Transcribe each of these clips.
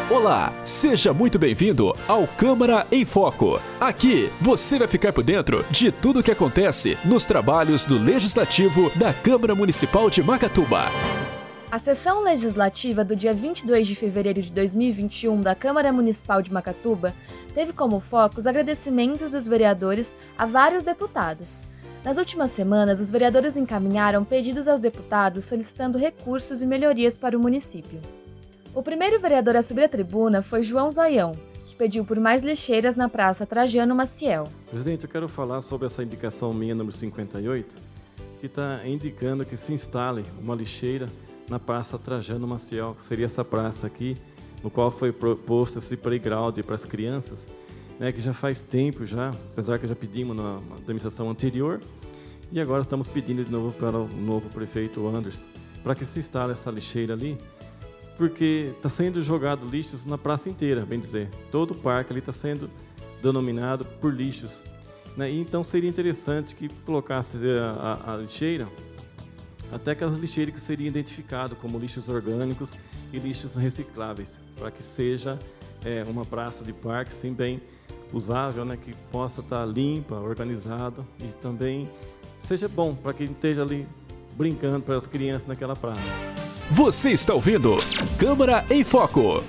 Olá, seja muito bem-vindo ao Câmara em Foco. Aqui você vai ficar por dentro de tudo o que acontece nos trabalhos do Legislativo da Câmara Municipal de Macatuba. A sessão legislativa do dia 22 de fevereiro de 2021 da Câmara Municipal de Macatuba teve como foco os agradecimentos dos vereadores a vários deputados. Nas últimas semanas, os vereadores encaminharam pedidos aos deputados solicitando recursos e melhorias para o município. O primeiro vereador a subir à tribuna foi João Zoião, que pediu por mais lixeiras na Praça Trajano Maciel. Presidente, eu quero falar sobre essa indicação minha, número 58, que está indicando que se instale uma lixeira na Praça Trajano Maciel, que seria essa praça aqui, no qual foi proposto esse playground para as crianças, né, que já faz tempo já, apesar que já pedimos na administração anterior, e agora estamos pedindo de novo para o novo prefeito Anderson, para que se instale essa lixeira ali, porque está sendo jogado lixos na praça inteira, bem dizer. Todo o parque ali está sendo denominado por lixos, né? E então seria interessante que colocasse a lixeira, até aquelas lixeiras que seriam identificadas como lixos orgânicos e lixos recicláveis, para que seja uma praça de parque sim, bem usável, né? Que possa estar limpa, organizada e também seja bom para quem esteja ali brincando para as crianças naquela praça. Você está ouvindo Câmara em Foco.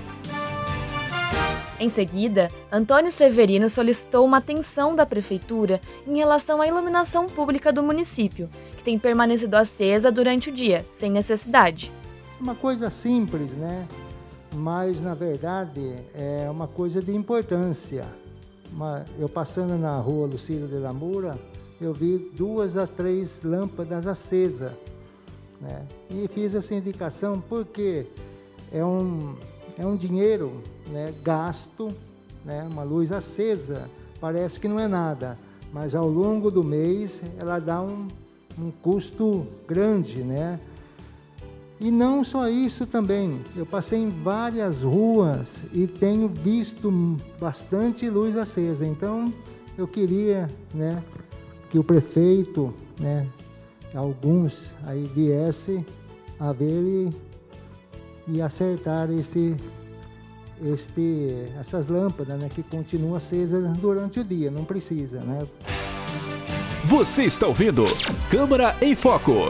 Em seguida, Antônio Severino solicitou uma atenção da Prefeitura em relação à iluminação pública do município, que tem permanecido acesa durante o dia, sem necessidade. Uma coisa simples, né? Mas, na verdade, é uma coisa de importância. Eu passando na rua Lucílio de la Moura, eu vi 2 a 3 lâmpadas acesas, né? E fiz essa indicação porque é um dinheiro, né, gasto, né, uma luz acesa, parece que não é nada, mas ao longo do mês ela dá um custo grande, né? E não só isso também, eu passei em várias ruas e tenho visto bastante luz acesa, então eu queria, né, que o prefeito, né, alguns aí viesse a ver e acertar essas lâmpadas, né, que continuam acesas durante o dia, não precisa, né? Você está ouvindo Câmara em Foco.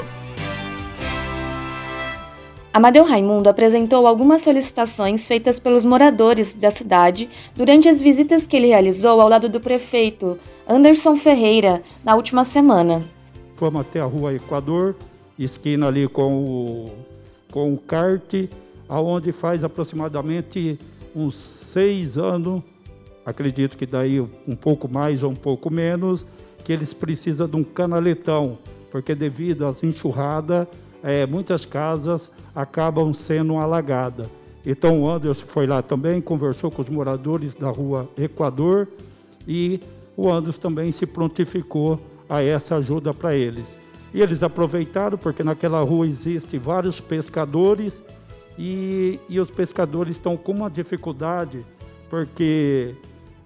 Amadeu Raimundo apresentou algumas solicitações feitas pelos moradores da cidade durante as visitas que ele realizou ao lado do prefeito Anderson Ferreira na última semana. Fomos até a Rua Equador, esquina ali com o kart, aonde faz aproximadamente uns 6 anos, acredito que daí um pouco mais ou um pouco menos, que eles precisam de um canaletão, porque devido às enxurradas, muitas casas acabam sendo alagadas. Então o Anderson foi lá também, conversou com os moradores da Rua Equador e o Anderson também se prontificou a essa ajuda para eles. E eles aproveitaram, porque naquela rua existem vários pescadores e os pescadores estão com uma dificuldade, porque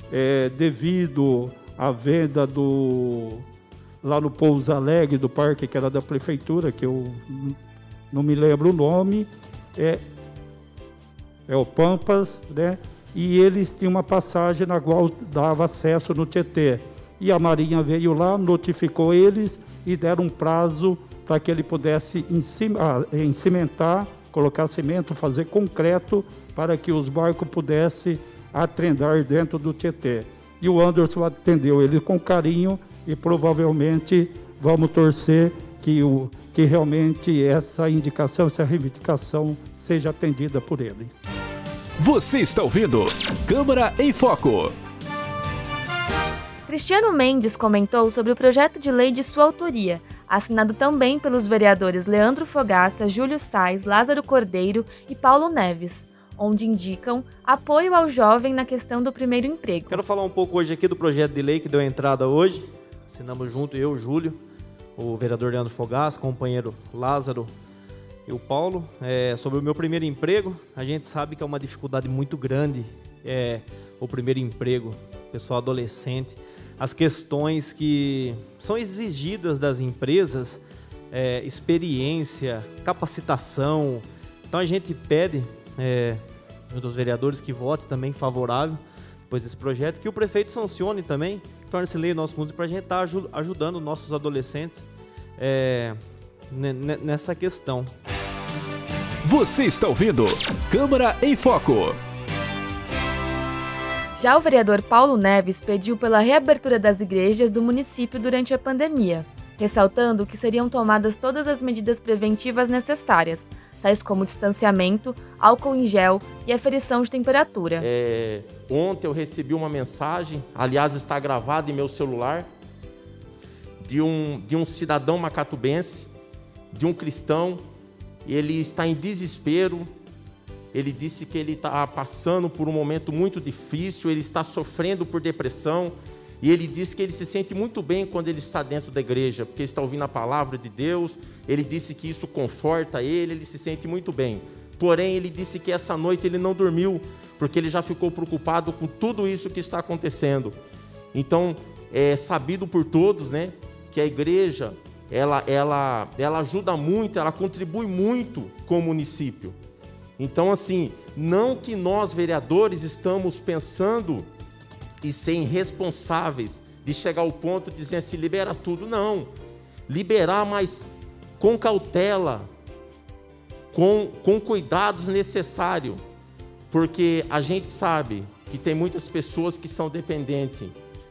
devido à venda lá no Pouso Alegre, do parque que era da prefeitura, que eu não me lembro o nome, é o Pampas, né? E eles tinham uma passagem na qual dava acesso no Tietê. E a Marinha veio lá, notificou eles e deram um prazo para que ele pudesse cimentar, colocar cimento, fazer concreto, para que os barcos pudessem atrendar dentro do Tietê. E o Anderson atendeu ele com carinho e provavelmente vamos torcer que realmente essa indicação, essa reivindicação seja atendida por ele. Você está ouvindo Câmara em Foco. Cristiano Mendes comentou sobre o projeto de lei de sua autoria, assinado também pelos vereadores Leandro Fogaça, Júlio Sais, Lázaro Cordeiro e Paulo Neves, onde indicam apoio ao jovem na questão do primeiro emprego. Quero falar um pouco hoje aqui do projeto de lei que deu entrada hoje. Assinamos junto, eu, Júlio, o vereador Leandro Fogaça, companheiro Lázaro e o Paulo, sobre o meu primeiro emprego. A gente sabe que é uma dificuldade muito grande, o primeiro emprego, pessoal adolescente. As questões que são exigidas das empresas, experiência, capacitação. Então a gente pede junto aos vereadores que votem também favorável depois desse projeto, que o prefeito sancione também, torne-se lei no nosso município, para a gente estar ajudando nossos adolescentes nessa questão. Você está ouvindo Câmara em Foco. Já o vereador Paulo Neves pediu pela reabertura das igrejas do município durante a pandemia, ressaltando que seriam tomadas todas as medidas preventivas necessárias, tais como distanciamento, álcool em gel e aferição de temperatura. Ontem eu recebi uma mensagem, aliás está gravada em meu celular, de um cidadão macatubense, de um cristão. Ele está em desespero, ele disse que ele está passando por um momento muito difícil, ele está sofrendo por depressão, e ele disse que ele se sente muito bem quando ele está dentro da igreja, porque ele está ouvindo a palavra de Deus. Ele disse que isso conforta ele se sente muito bem. Porém, ele disse que essa noite ele não dormiu, porque ele já ficou preocupado com tudo isso que está acontecendo. Então, é sabido por todos, né, que a igreja, ela ajuda muito, ela contribui muito com o município. Então, assim, não que nós, vereadores, estamos pensando e ser irresponsáveis de chegar ao ponto de dizer assim, libera tudo. Não, liberar, mas com cautela, com cuidados necessários, porque a gente sabe que tem muitas pessoas que são dependentes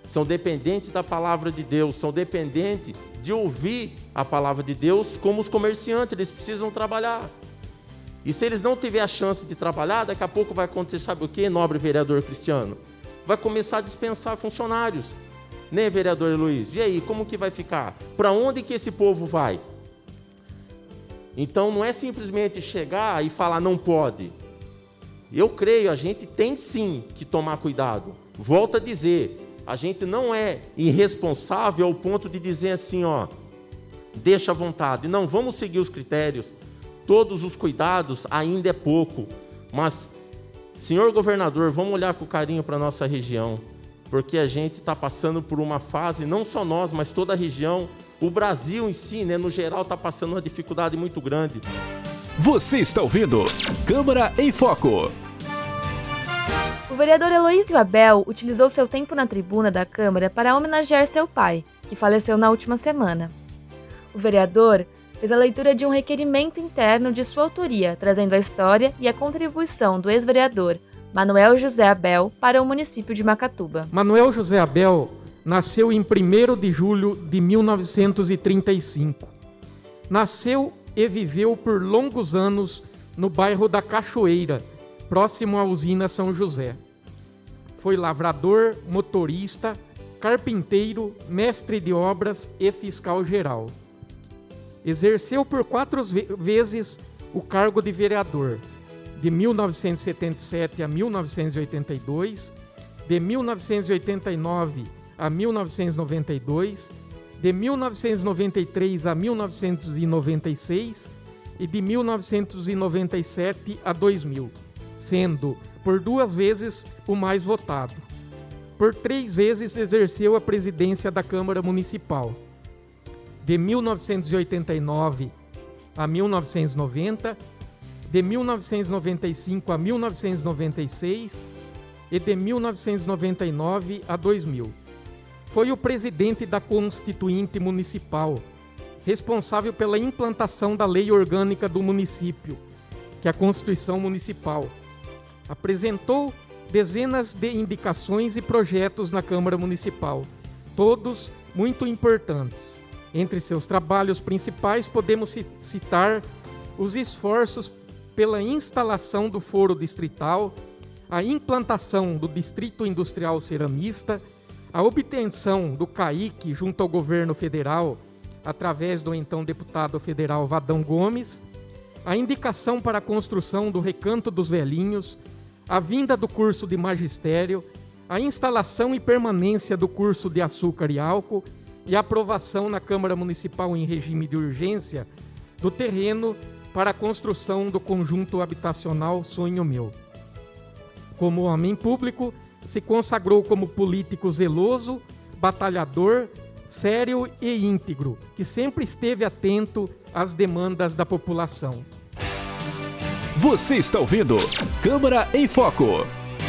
da palavra de Deus, são dependentes de ouvir a palavra de Deus, como os comerciantes, eles precisam trabalhar. E se eles não tiverem a chance de trabalhar, daqui a pouco vai acontecer, sabe o que, nobre vereador Cristiano? Vai começar a dispensar funcionários, né, vereador Luiz? E aí, como que vai ficar? Para onde que esse povo vai? Então, não é simplesmente chegar e falar não pode. Eu creio, a gente tem sim que tomar cuidado. Volto a dizer, a gente não é irresponsável ao ponto de dizer assim, ó, deixa à vontade. Não, vamos seguir os critérios. Todos os cuidados ainda é pouco, mas... Senhor governador, vamos olhar com carinho para a nossa região, porque a gente está passando por uma fase, não só nós, mas toda a região, o Brasil em si, né, no geral, está passando uma dificuldade muito grande. Você está ouvindo Câmara em Foco. O vereador Heloísio Abel utilizou seu tempo na tribuna da Câmara para homenagear seu pai, que faleceu na última semana. O vereador fez a leitura de um requerimento interno de sua autoria, trazendo a história e a contribuição do ex-vereador Manuel José Abel para o município de Macatuba. Manuel José Abel nasceu em 1º de julho de 1935. Nasceu e viveu por longos anos no bairro da Cachoeira, próximo à usina São José. Foi lavrador, motorista, carpinteiro, mestre de obras e fiscal geral. Exerceu por 4 vezes o cargo de vereador, de 1977 a 1982, de 1989 a 1992, de 1993 a 1996 e de 1997 a 2000, sendo por 2 vezes o mais votado. Por 3 vezes exerceu a presidência da Câmara Municipal, de 1989 a 1990, de 1995 a 1996 e de 1999 a 2000. Foi o presidente da Constituinte Municipal, responsável pela implantação da Lei Orgânica do município, que é a Constituição Municipal. Apresentou dezenas de indicações e projetos na Câmara Municipal, todos muito importantes. Entre seus trabalhos principais podemos citar os esforços pela instalação do Foro Distrital, a implantação do Distrito Industrial Ceramista, a obtenção do CAIC junto ao governo federal, através do então deputado federal Vadão Gomes, a indicação para a construção do Recanto dos Velhinhos, a vinda do curso de magistério, a instalação e permanência do curso de açúcar e álcool e a aprovação na Câmara Municipal em regime de urgência do terreno para a construção do conjunto habitacional Sonho Meu. Como homem público, se consagrou como político zeloso, batalhador, sério e íntegro, que sempre esteve atento às demandas da população. Você está ouvindo Câmara em Foco.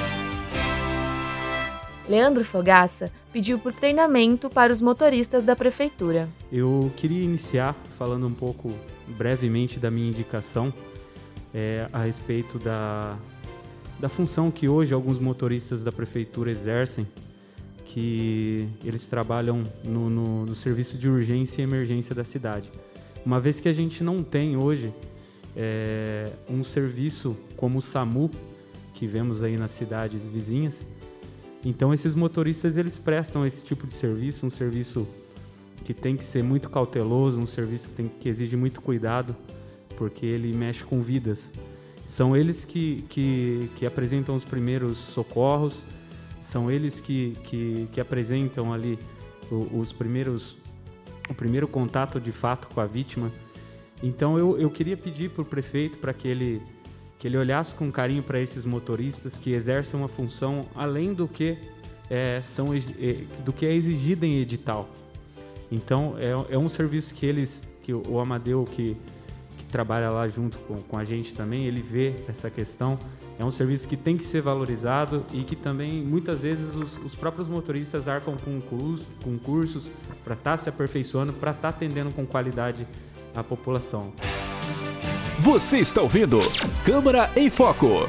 Leandro Fogaça pediu por treinamento para os motoristas da prefeitura. Eu queria iniciar falando um pouco brevemente da minha indicação a respeito da função que hoje alguns motoristas da prefeitura exercem, que eles trabalham no serviço de urgência e emergência da cidade. Uma vez que a gente não tem hoje um serviço como o SAMU, que vemos aí nas cidades vizinhas, então esses motoristas eles prestam esse tipo de serviço, um serviço que tem que ser muito cauteloso, um serviço que exige muito cuidado, porque ele mexe com vidas. São eles que apresentam os primeiros socorros, são eles que apresentam ali o primeiro contato de fato com a vítima. Então eu queria pedir para o prefeito para que ele olhasse com carinho para esses motoristas que exercem uma função além do que é exigido em edital. Então é um serviço que o Amadeu que trabalha lá junto com a gente também, ele vê essa questão. É um serviço que tem que ser valorizado e que também muitas vezes os próprios motoristas arcam com cursos para estar se aperfeiçoando, para estar atendendo com qualidade a população. Você está ouvindo Câmara em Foco.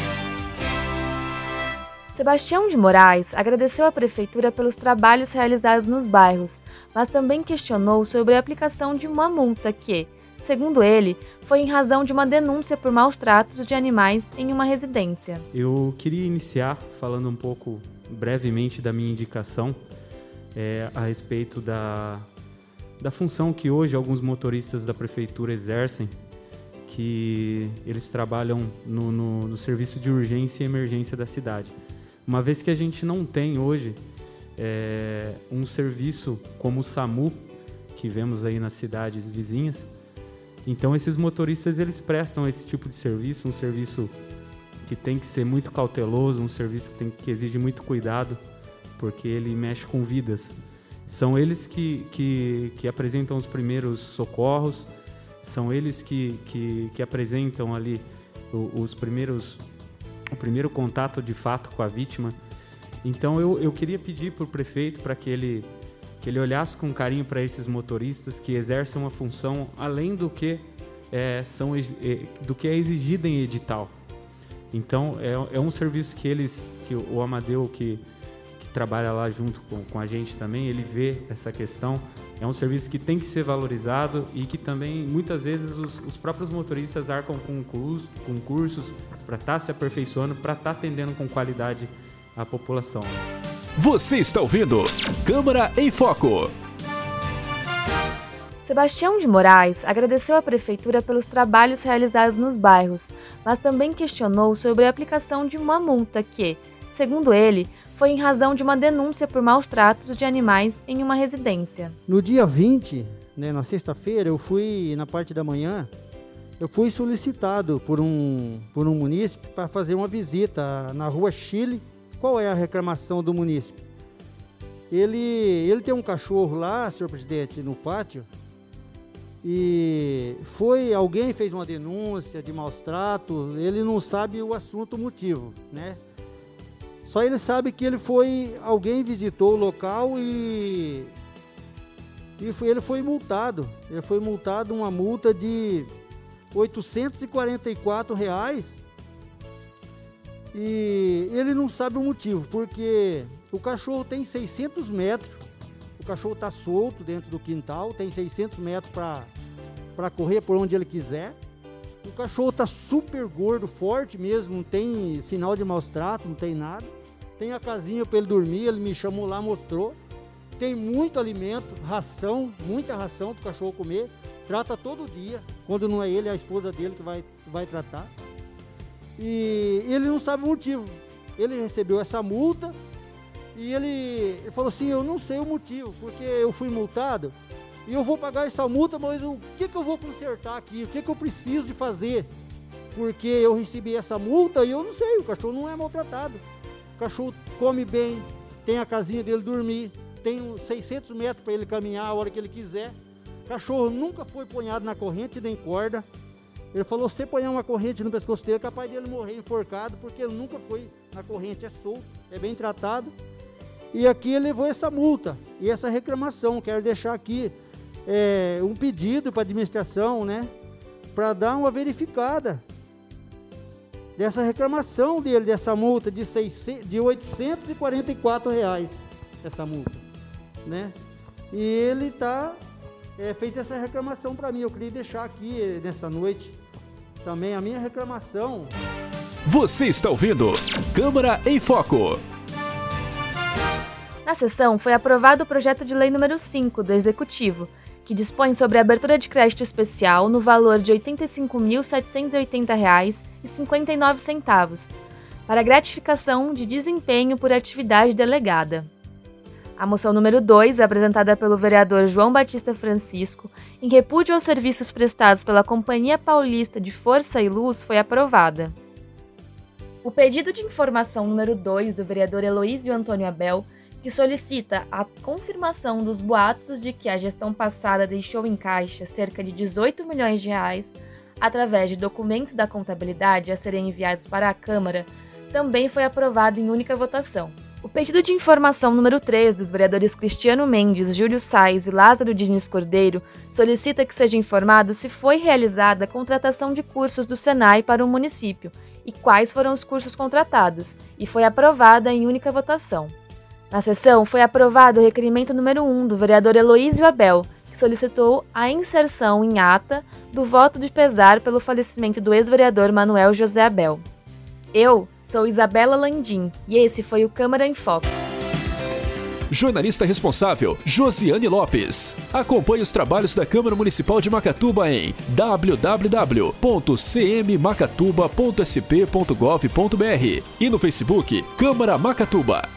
Sebastião de Moraes agradeceu à prefeitura pelos trabalhos realizados nos bairros, mas também questionou sobre a aplicação de uma multa que, segundo ele, foi em razão de uma denúncia por maus tratos de animais em uma residência. Eu queria iniciar falando um pouco brevemente da minha indicação a respeito da função que hoje alguns motoristas da prefeitura exercem, que eles trabalham no serviço de urgência e emergência da cidade. Uma vez que a gente não tem hoje um serviço como o SAMU, que vemos aí nas cidades vizinhas, então esses motoristas eles prestam esse tipo de serviço, um serviço que tem que ser muito cauteloso, um serviço que exige muito cuidado, porque ele mexe com vidas. São eles que apresentam os primeiros socorros, são eles que apresentam ali o primeiro contato de fato com a vítima. Então eu queria pedir para o prefeito para que ele olhasse com carinho para esses motoristas que exercem uma função além do que é exigido em edital. Então é um serviço que o Amadeu que trabalha lá junto com a gente também, ele vê essa questão. É um serviço que tem que ser valorizado e que também muitas vezes os próprios motoristas arcam com cursos para estar se aperfeiçoando, para estar atendendo com qualidade a população. Você está ouvindo Câmara em Foco. Sebastião de Moraes agradeceu à prefeitura pelos trabalhos realizados nos bairros, mas também questionou sobre a aplicação de uma multa que, segundo ele, foi em razão de uma denúncia por maus tratos de animais em uma residência. No dia 20, na sexta-feira, eu fui, na parte da manhã, eu fui solicitado por um munícipe para fazer uma visita na Rua Chile. Qual é a reclamação do munícipe? Ele tem um cachorro lá, senhor presidente, no pátio, e alguém fez uma denúncia de maus tratos, ele não sabe o assunto, o motivo, né? Só ele sabe que alguém visitou o local e ele foi multado. Ele foi multado uma multa de R$ 844 e ele não sabe o motivo, porque o cachorro tem 600 metros, o cachorro está solto dentro do quintal, tem 600 metros para correr por onde ele quiser. O cachorro está super gordo, forte mesmo, não tem sinal de maus tratos, não tem nada. Tem a casinha para ele dormir, ele me chamou lá, mostrou. Tem muito alimento, ração, muita ração para o cachorro comer. Trata todo dia, quando não é ele, é a esposa dele que vai tratar. E ele não sabe o motivo. Ele recebeu essa multa e ele falou assim, eu não sei o motivo, porque eu fui multado e eu vou pagar essa multa, mas o que eu vou consertar aqui? O que eu preciso de fazer? Porque eu recebi essa multa e eu não sei, o cachorro não é maltratado. O cachorro come bem, tem a casinha dele dormir, tem 600 metros para ele caminhar a hora que ele quiser. O cachorro nunca foi ponhado na corrente nem corda. Ele falou, se põe uma corrente no pescoço dele, é capaz dele morrer enforcado, porque ele nunca foi na corrente, é solto, é bem tratado. E aqui ele levou essa multa e essa reclamação. Quero deixar aqui um pedido para a administração, né, para dar uma verificada dessa reclamação dele, dessa multa de R$ 844, essa multa, né? E ele fez essa reclamação para mim. Eu queria deixar aqui nessa noite também a minha reclamação. Você está ouvindo Câmara em Foco. Na sessão foi aprovado o projeto de lei número 5 do Executivo, que dispõe sobre a abertura de crédito especial no valor de R$ 85.780,59 para gratificação de desempenho por atividade delegada. A moção número 2, apresentada pelo vereador João Batista Francisco, em repúdio aos serviços prestados pela Companhia Paulista de Força e Luz, foi aprovada. O pedido de informação número 2 do vereador Heloísio Antônio Abel, que solicita a confirmação dos boatos de que a gestão passada deixou em caixa cerca de R$ 18 milhões através de documentos da contabilidade a serem enviados para a Câmara, também foi aprovado em única votação. O pedido de informação número 3 dos vereadores Cristiano Mendes, Júlio Sais e Lázaro Diniz Cordeiro solicita que seja informado se foi realizada a contratação de cursos do Senai para o município e quais foram os cursos contratados, e foi aprovada em única votação. Na sessão, foi aprovado o requerimento número 1 do vereador Heloísio Abel, que solicitou a inserção em ata do voto de pesar pelo falecimento do ex-vereador Manuel José Abel. Eu sou Isabela Landim e esse foi o Câmara em Foco. Jornalista responsável, Josiane Lopes. Acompanhe os trabalhos da Câmara Municipal de Macatuba em www.cmmacatuba.sp.gov.br e no Facebook Câmara Macatuba.